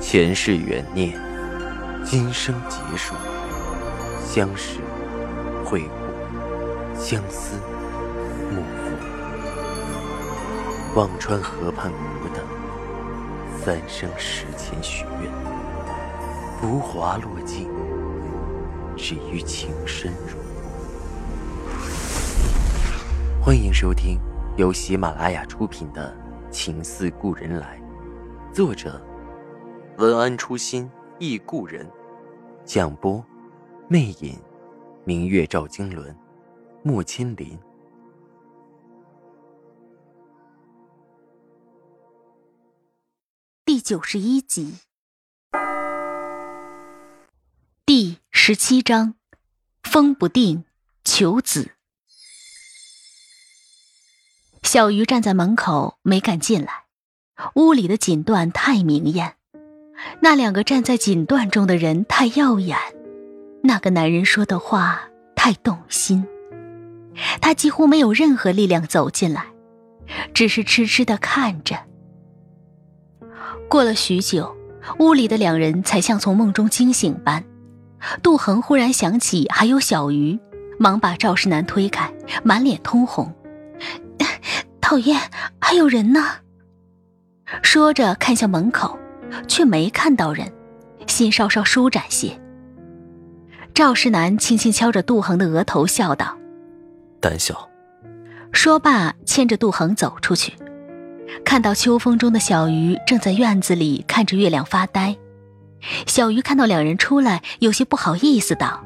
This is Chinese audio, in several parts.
前世缘孽，今生结束，相识会故，相思幕复。忘川河畔苦等，三生石前许愿，浮华落尽，只余情深入。欢迎收听由喜马拉雅出品的《情似故人来》，作者文安初心忆故人，蒋播魅影，明月照经纶，木千林。 第91集，第17章，风不定，求子。小鱼站在门口没敢进来，屋里的锦缎太明艳，那两个站在锦缎中的人太耀眼，那个男人说的话太动心。他几乎没有任何力量走进来，只是痴痴地看着。过了许久，屋里的两人才像从梦中惊醒般。杜恒忽然想起还有小鱼，忙把赵世南推开，满脸通红。讨厌，还有人呢。说着看向门口，却没看到人，心稍稍舒展些。赵世南轻轻敲着杜恒的额头，笑道： 胆小。 说罢牵着杜恒走出去，看到秋风中的小鱼正在院子里看着月亮发呆。小鱼看到两人出来，有些不好意思道：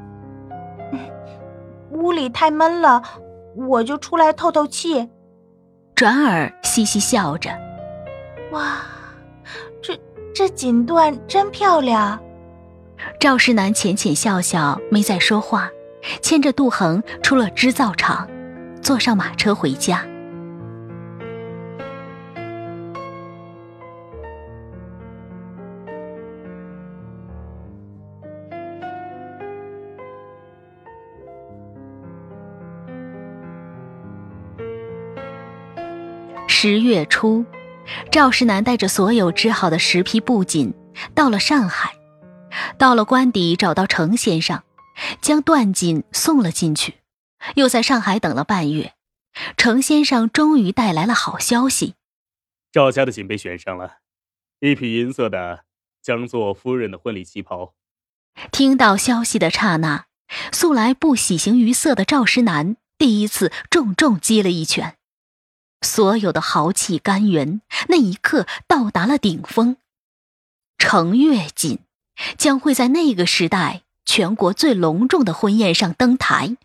屋里太闷了，我就出来透透气。 转而嘻嘻笑着： 哇，这锦缎真漂亮。 赵世南浅浅笑笑，没再说话，牵着杜恒出了织造厂，坐上马车回家。10月初，赵世南带着所有织好的10匹布锦到了上海，到了官邸找到程先生，将缎锦送了进去，又在上海等了半月。程先生终于带来了好消息， 赵家的锦被选上了，1匹银色的将做夫人的婚礼旗袍。 听到消息的刹那，素来不喜形于色的赵世南第一次重重击了一拳。所有的豪气甘源那一刻到达了顶峰，程月锦将会在那个时代全国最隆重的婚宴上登台。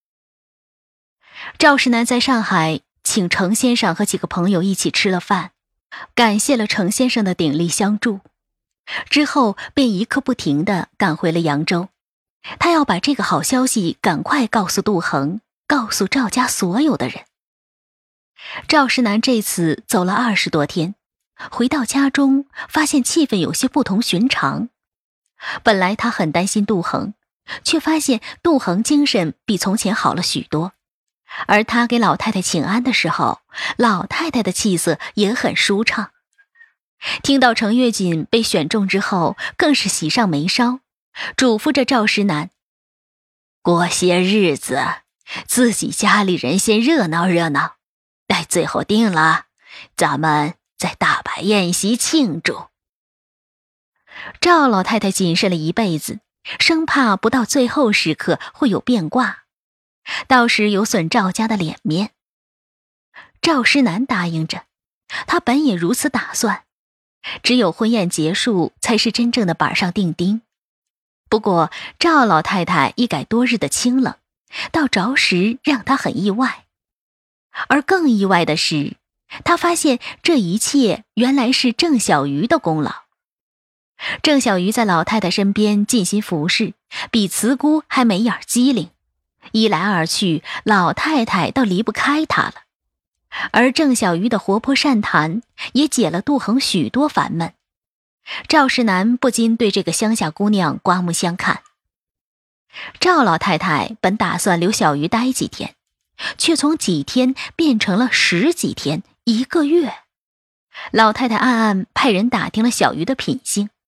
赵世南在上海请程先生和几个朋友一起吃了饭，感谢了程先生的鼎力相助，之后便一刻不停地赶回了扬州。他要把这个好消息赶快告诉杜恒，告诉赵家所有的人。赵世南这次走了20多天，回到家中发现气氛有些不同寻常。本来他很担心杜恒，却发现杜恒精神比从前好了许多，而他给老太太请安的时候，老太太的气色也很舒畅。听到程月锦被选中之后，更是喜上眉梢，嘱咐着赵世南：过些日子自己家里人先热闹热闹，待最后定了，咱们再大摆宴席庆祝。赵老太太谨慎了一辈子，生怕不到最后时刻会有变卦，到时有损赵家的脸面。赵世南答应着，他本也如此打算，只有婚宴结束才是真正的板上钉钉。不过赵老太太一改多日的清冷，到着实让他很意外。而更意外的是，他发现这一切原来是郑小鱼的功劳。郑小鱼在老太太身边尽心服侍，比慈姑还眉眼机灵，一来二去，老太太倒离不开他了。而郑小鱼的活泼善谈也解了杜恒许多烦闷。赵世南不禁对这个乡下姑娘刮目相看。赵老太太本打算留小鱼待几天，却从几天变成了10几天，1个月。老太太暗暗派人打听了小鱼的品性，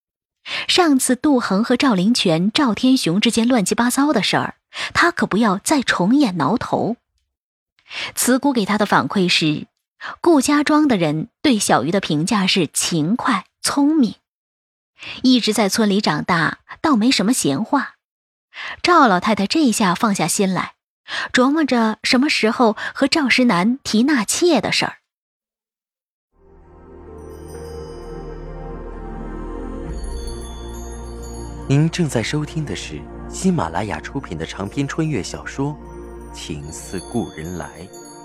上次杜恒和赵灵泉、赵天雄之间乱七八糟的事儿，他可不要再重演挠头。慈姑给他的反馈是，顾家庄的人对小鱼的评价是勤快、聪明，一直在村里长大，倒没什么闲话。赵老太太这下放下心来，琢磨着什么时候和赵石南提纳妾的事儿。 您正在收听的是喜马拉雅出品的长篇穿越小说《情似故人来》。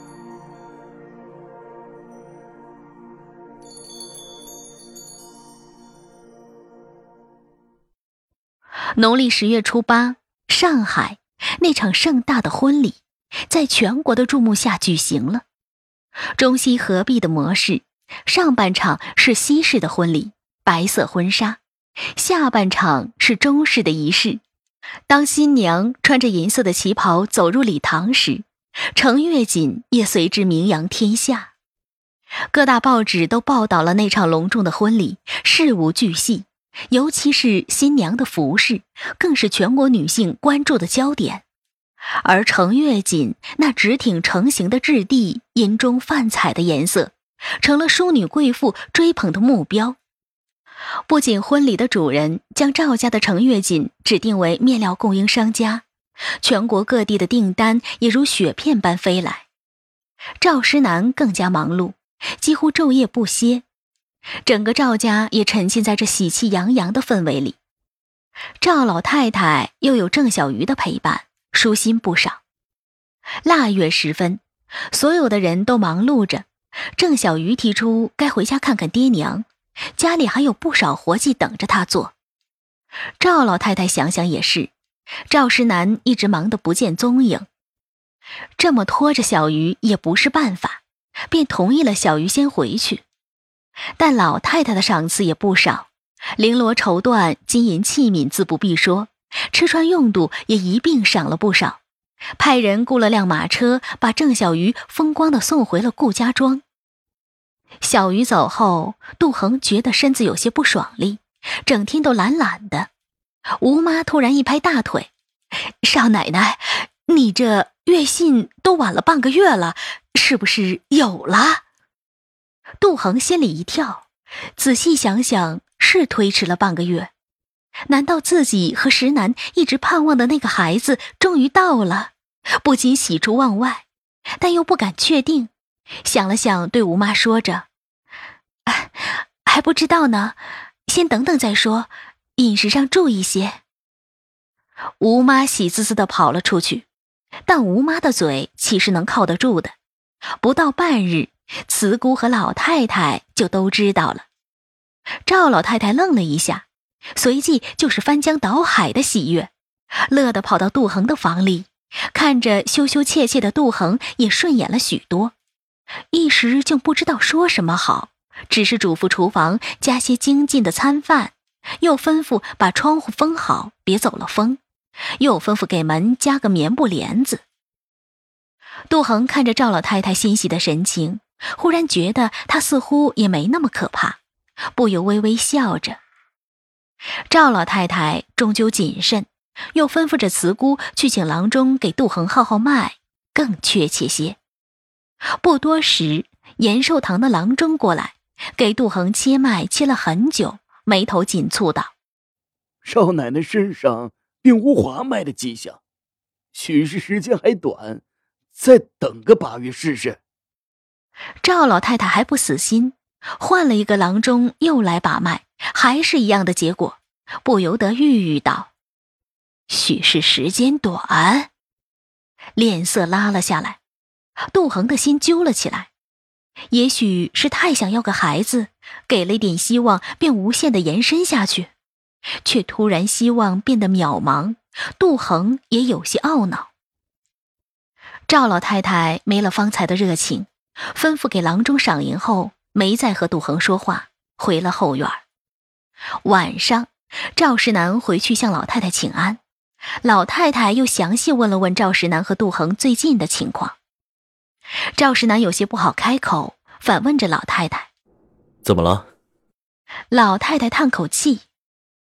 农历10月初8，上海那场盛大的婚礼在全国的注目下举行了。中西合璧的模式，上半场是西式的婚礼，白色婚纱，下半场是中式的仪式。当新娘穿着银色的旗袍走入礼堂时，程月锦也随之名扬天下。各大报纸都报道了那场隆重的婚礼，事无巨细，尤其是新娘的服饰，更是全国女性关注的焦点。而程月锦那直挺成型的质地，银中泛彩的颜色，成了淑女贵妇追捧的目标。不仅婚礼的主人将赵家的程月锦指定为面料供应商家，全国各地的订单也如雪片般飞来。赵石南更加忙碌，几乎昼夜不歇，整个赵家也沉浸在这喜气洋洋的氛围里。赵老太太又有郑小鱼的陪伴，舒心不少。腊月时分，所有的人都忙碌着，郑小鱼提出该回家看看爹娘，家里还有不少活计等着他做。赵老太太想想也是，赵石南一直忙得不见踪影，这么拖着小鱼也不是办法，便同意了小鱼先回去。但老太太的赏赐也不少，绫罗绸缎、金银器皿自不必说，吃穿用度也一并赏了不少，派人雇了辆马车，把郑小鱼风光地送回了顾家庄。小鱼走后，杜恒觉得身子有些不爽利，整天都懒懒的。吴妈突然一拍大腿：“少奶奶，你这月信都晚了半个月了，是不是有了？”杜恒心里一跳，仔细想想，是推迟了半个月。难道自己和石南一直盼望的那个孩子终于到了？不禁喜出望外，但又不敢确定。想了想，对吴妈说着：“还不知道呢，先等等再说，饮食上注意些。”吴妈喜滋滋地跑了出去，但吴妈的嘴岂是能靠得住的？不到半日，慈姑和老太太就都知道了。赵老太太愣了一下，随即就是翻江倒海的喜悦，乐得跑到杜恒的房里，看着羞羞怯怯的杜恒也顺眼了许多，一时竟不知道说什么好，只是嘱咐厨房加些精进的餐饭，又吩咐把窗户封好，别走了风，又吩咐给门加个棉布帘子。杜恒看着赵老太太欣喜的神情，忽然觉得她似乎也没那么可怕，不由微微笑着。赵老太太终究谨慎，又吩咐着慈姑去请郎中给杜恒号号脉，更确切些。不多时，延寿堂的郎中过来，给杜恒切脉切了很久，眉头紧蹙道：“ 少奶奶身上并无滑脉的迹象，许是时间还短，再等个8月试试。” 赵老太太还不死心，换了一个郎中又来把脉，还是一样的结果，不由得郁郁道：“许是时间短。”脸色拉了下来，杜恒的心揪了起来。也许是太想要个孩子，给了一点希望便无限的延伸下去，却突然希望变得渺茫，杜恒也有些懊恼。赵老太太没了方才的热情，吩咐给郎中赏银后，没再和杜恒说话，回了后院。晚上，赵石南回去向老太太请安，老太太又详细问了问赵石南和杜恒最近的情况。赵石南有些不好开口，反问着老太太：“ 怎么了？” 老太太叹口气：“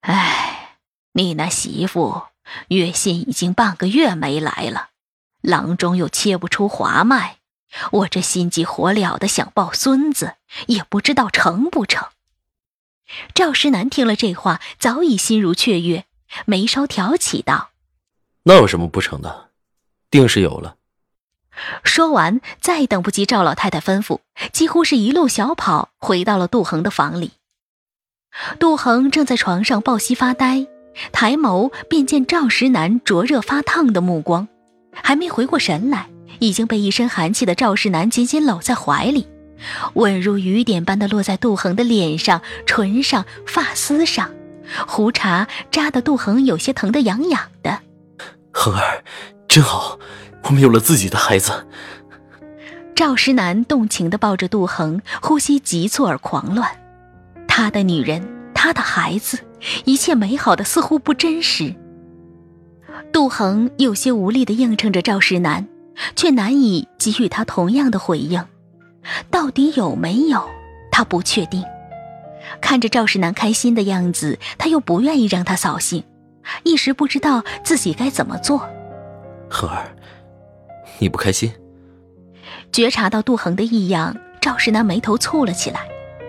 哎，你那媳妇月信已经半个月没来了，郎中又切不出华脉，我这心急火燎的想抱孙子，也不知道成不成。赵石南听了这话，早已心如雀跃，眉梢挑起道： 那有什么不成的？定是有了。 说完，再等不及赵老太太吩咐，几乎是一路小跑回到了杜恒的房里。杜恒正在床上抱膝发呆，抬眸便见赵石南灼热发烫的目光，还没回过神来，已经被一身寒气的赵石南紧紧搂在怀里，吻如雨点般的落在杜恒的脸上、唇上、发丝上，胡茬扎得杜恒有些疼得痒痒的。 恒儿，真好，我们有了自己的孩子。 赵石南动情地抱着杜恒，呼吸急促而狂乱。他的女人，他的孩子，一切美好的似乎不真实。杜恒有些无力地应承着赵石南，却难以给予他同样的回应。到底有没有，他不确定。看着赵石南开心的样子，他又不愿意让他扫兴，一时不知道自己该怎么做。 恒儿，你不开心？ 觉察到杜恒的异样，赵石南眉头蹙了起来。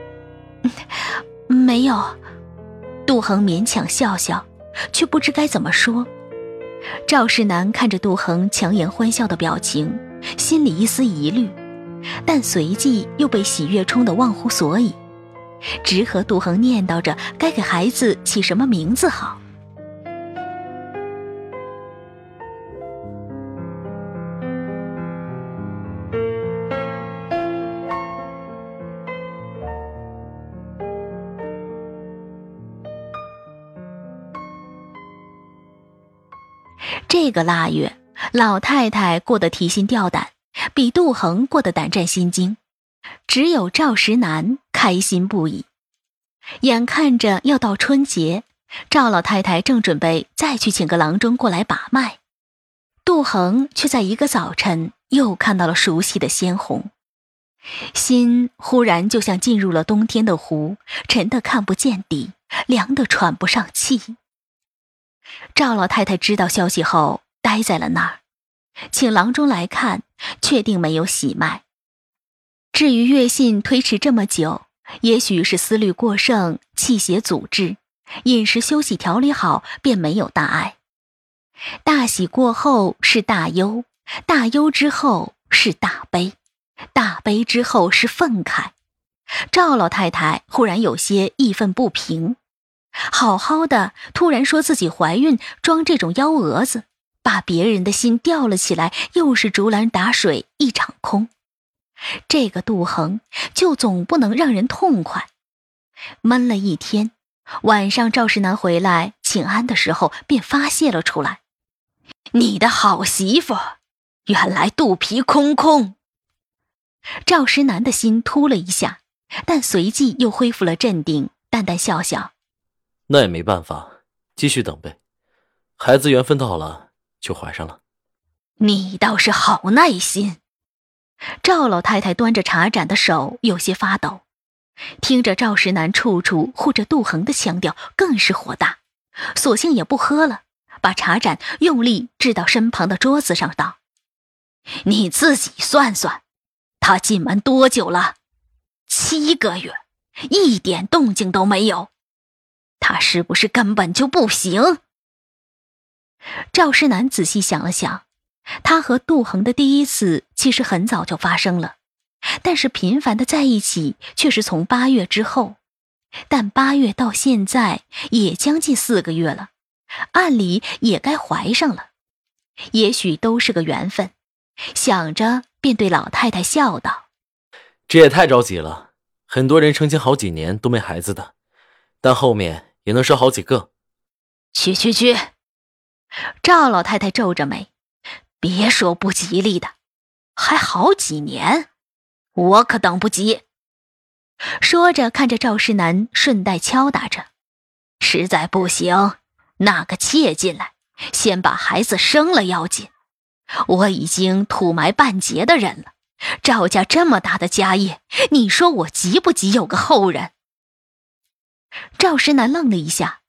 没有。杜恒勉强笑笑，却不知该怎么说。赵石南看着杜恒强颜欢笑的表情，心里一丝疑虑，但随即又被喜悦冲得忘乎所以，直和杜恒念叨着该给孩子起什么名字好。这个腊月，老太太过得提心吊胆，比杜恒过得胆战心惊，只有赵石南开心不已。眼看着要到春节，赵老太太正准备再去请个郎中过来把脉，杜恒却在一个早晨又看到了熟悉的鲜红，心忽然就像进入了冬天的湖，沉得看不见底，凉得喘不上气。赵老太太知道消息后呆在了那儿，请郎中来看，确定没有喜脉。至于月信推迟这么久，也许是思虑过剩，气血阻滞，饮食休息调理好便没有大碍。大喜过后是大忧，大忧之后是大悲，大悲之后是愤慨。赵老太太忽然有些义愤不平，好好的突然说自己怀孕，装这种幺蛾子，把别人的心吊了起来，又是竹篮打水一场空。这个杜恒就总不能让人痛快。闷了一天，晚上赵石南回来请安的时候便发泄了出来。你的好媳妇，原来肚皮空空。赵石南的心突了一下，但随即又恢复了镇定，淡淡笑笑。 那也没办法，继续等呗。孩子缘分到了，就怀上了。 你倒是好耐心。赵老太太端着茶盏的手有些发抖，听着赵石南处处护着杜恒的腔调，更是火大，索性也不喝了，把茶盏用力掷到身旁的桌子上，道：你自己算算，他进门多久了？7个月，一点动静都没有，他是不是根本就不行？赵石南仔细想了想，他和杜恒的第一次其实很早就发生了，但是频繁的在一起却是从8月之后，但8月到现在也将近4个月了，按理也该怀上了，也许都是个缘分。想着便对老太太笑道： 这也太着急了，很多人成亲好几年都没孩子的，但后面也能生好几个。 去，赵老太太皱着眉，别说不吉利的，还好几年，我可等不及。说着看着赵石南，顺带敲打着，实在不行，纳个妾进来，先把孩子生了要紧。我已经土埋半截的人了，赵家这么大的家业，你说我急不急有个后人？赵石南愣了一下，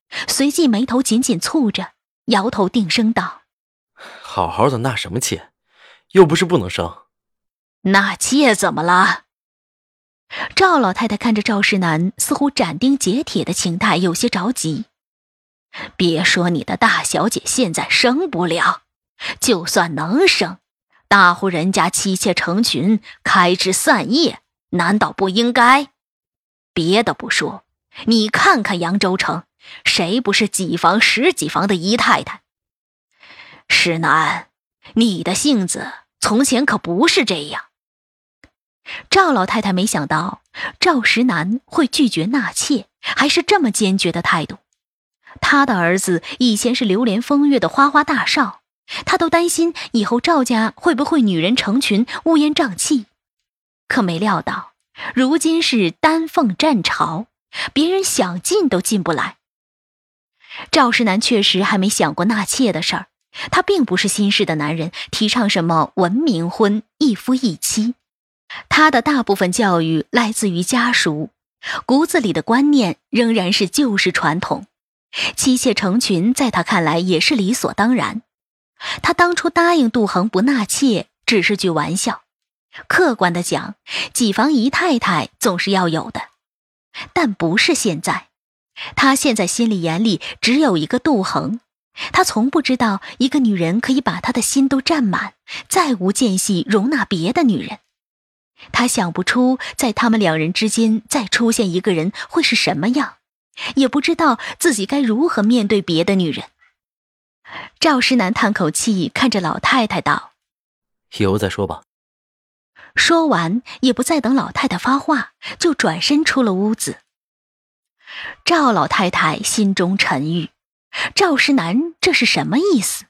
随即眉头紧紧蹙着，摇头定声道： 好好的纳什么妾，又不是不能生。 纳妾怎么了？赵老太太看着赵世南似乎斩钉截铁的情态，有些着急。别说你的大小姐现在生不了，就算能生，大户人家妻妾成群，开枝散叶，难道不应该？别的不说，你看看扬州城，谁不是几房十几房的姨太太？世南，你的性子从前可不是这样。赵老太太没想到赵石南会拒绝纳妾，还是这么坚决的态度。他的儿子以前是流连风月的花花大少，他都担心以后赵家会不会女人成群，乌烟瘴气。可没料到，如今是丹凤战朝，别人想进都进不来。赵石南确实还没想过纳妾的事儿，他并不是新式的男人，提倡什么文明婚、一夫一妻。他的大部分教育来自于家塾，骨子里的观念仍然是旧式传统。妻妾成群在他看来也是理所当然。他当初答应杜恒不纳妾只是句玩笑，客观的讲，几房姨太太总是要有的，但不是现在。他现在心里眼里只有一个杜恒，他从不知道一个女人可以把他的心都占满，再无间隙容纳别的女人。他想不出在他们两人之间再出现一个人会是什么样，也不知道自己该如何面对别的女人。赵石南叹口气，看着老太太道： 以后再说吧。 说完也不再等老太太发话，就转身出了屋子。赵老太太心中沉郁，赵石南这是什么意思？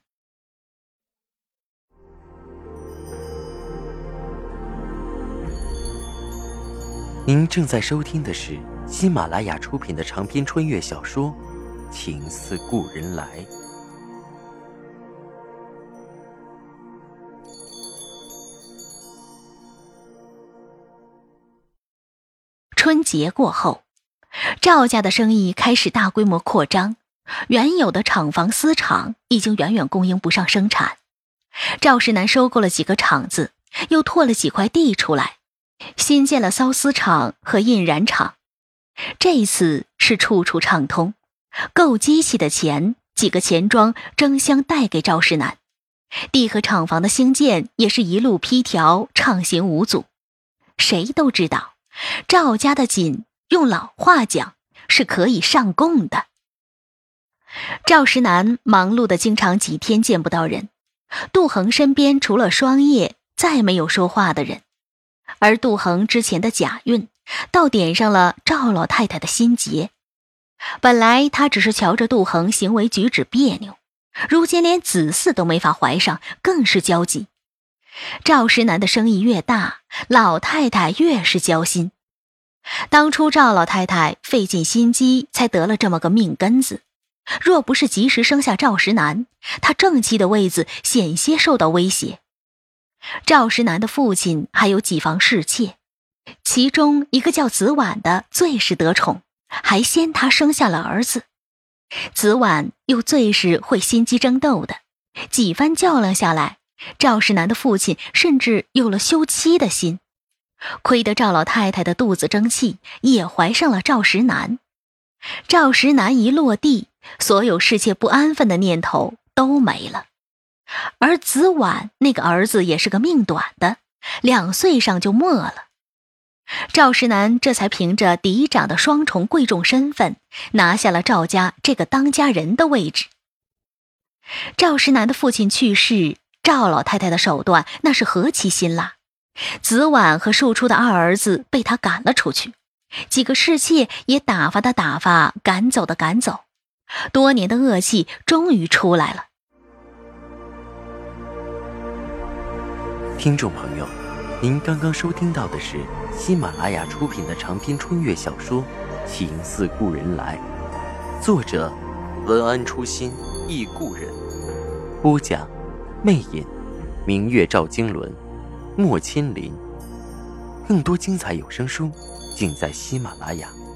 您正在收听的是喜马拉雅出品的长篇穿越小说《情似故人来》。 春节过后，赵家的生意开始大规模扩张，原有的厂房丝厂已经远远供应不上生产。赵石南收购了几个厂子，又拓了几块地出来，新建了缫丝厂和印染厂。这一次是处处畅通，购机器的钱，几个钱庄争相贷给赵石南，地和厂房的兴建也是一路批条，畅行无阻。谁都知道赵家的锦，用老话讲是可以上供的。赵石南忙碌的经常几天见不到人，杜恒身边除了双叶再没有说话的人，而杜恒之前的假孕倒点上了赵老太太的心结。本来他只是瞧着杜恒行为举止别扭，如今连子嗣都没法怀上，更是焦急。赵石南的生意越大，老太太越是焦心。当初赵老太太费尽心机才得了这么个命根子，若不是及时生下赵石南，他正妻的位子险些受到威胁。赵石南的父亲还有几房侍妾，其中一个叫子婉的最是得宠，还先他生下了儿子。子婉又最是会心机争斗的，几番较量下来，赵石南的父亲甚至有了休妻的心。亏得赵老太太的肚子争气，也怀上了赵石南。赵石南一落地，所有侍妾不安分的念头都没了。而子婉那个儿子也是个命短的，2岁上就没了。赵石南这才凭着嫡长的双重贵重身份，拿下了赵家这个当家人的位置。赵石南的父亲去世，赵老太太的手段那是何其辛辣。子婉和庶出的2儿子被他赶了出去，几个侍妾也打发的打发，赶走的赶走，多年的恶气终于出来了。 听众朋友，您刚刚收听到的是喜马拉雅出品的长篇穿越小说《情似故人来》，作者文安初心忆故人，播讲魅影，明月照经纶，莫千林。更多精彩有声书尽在喜马拉雅。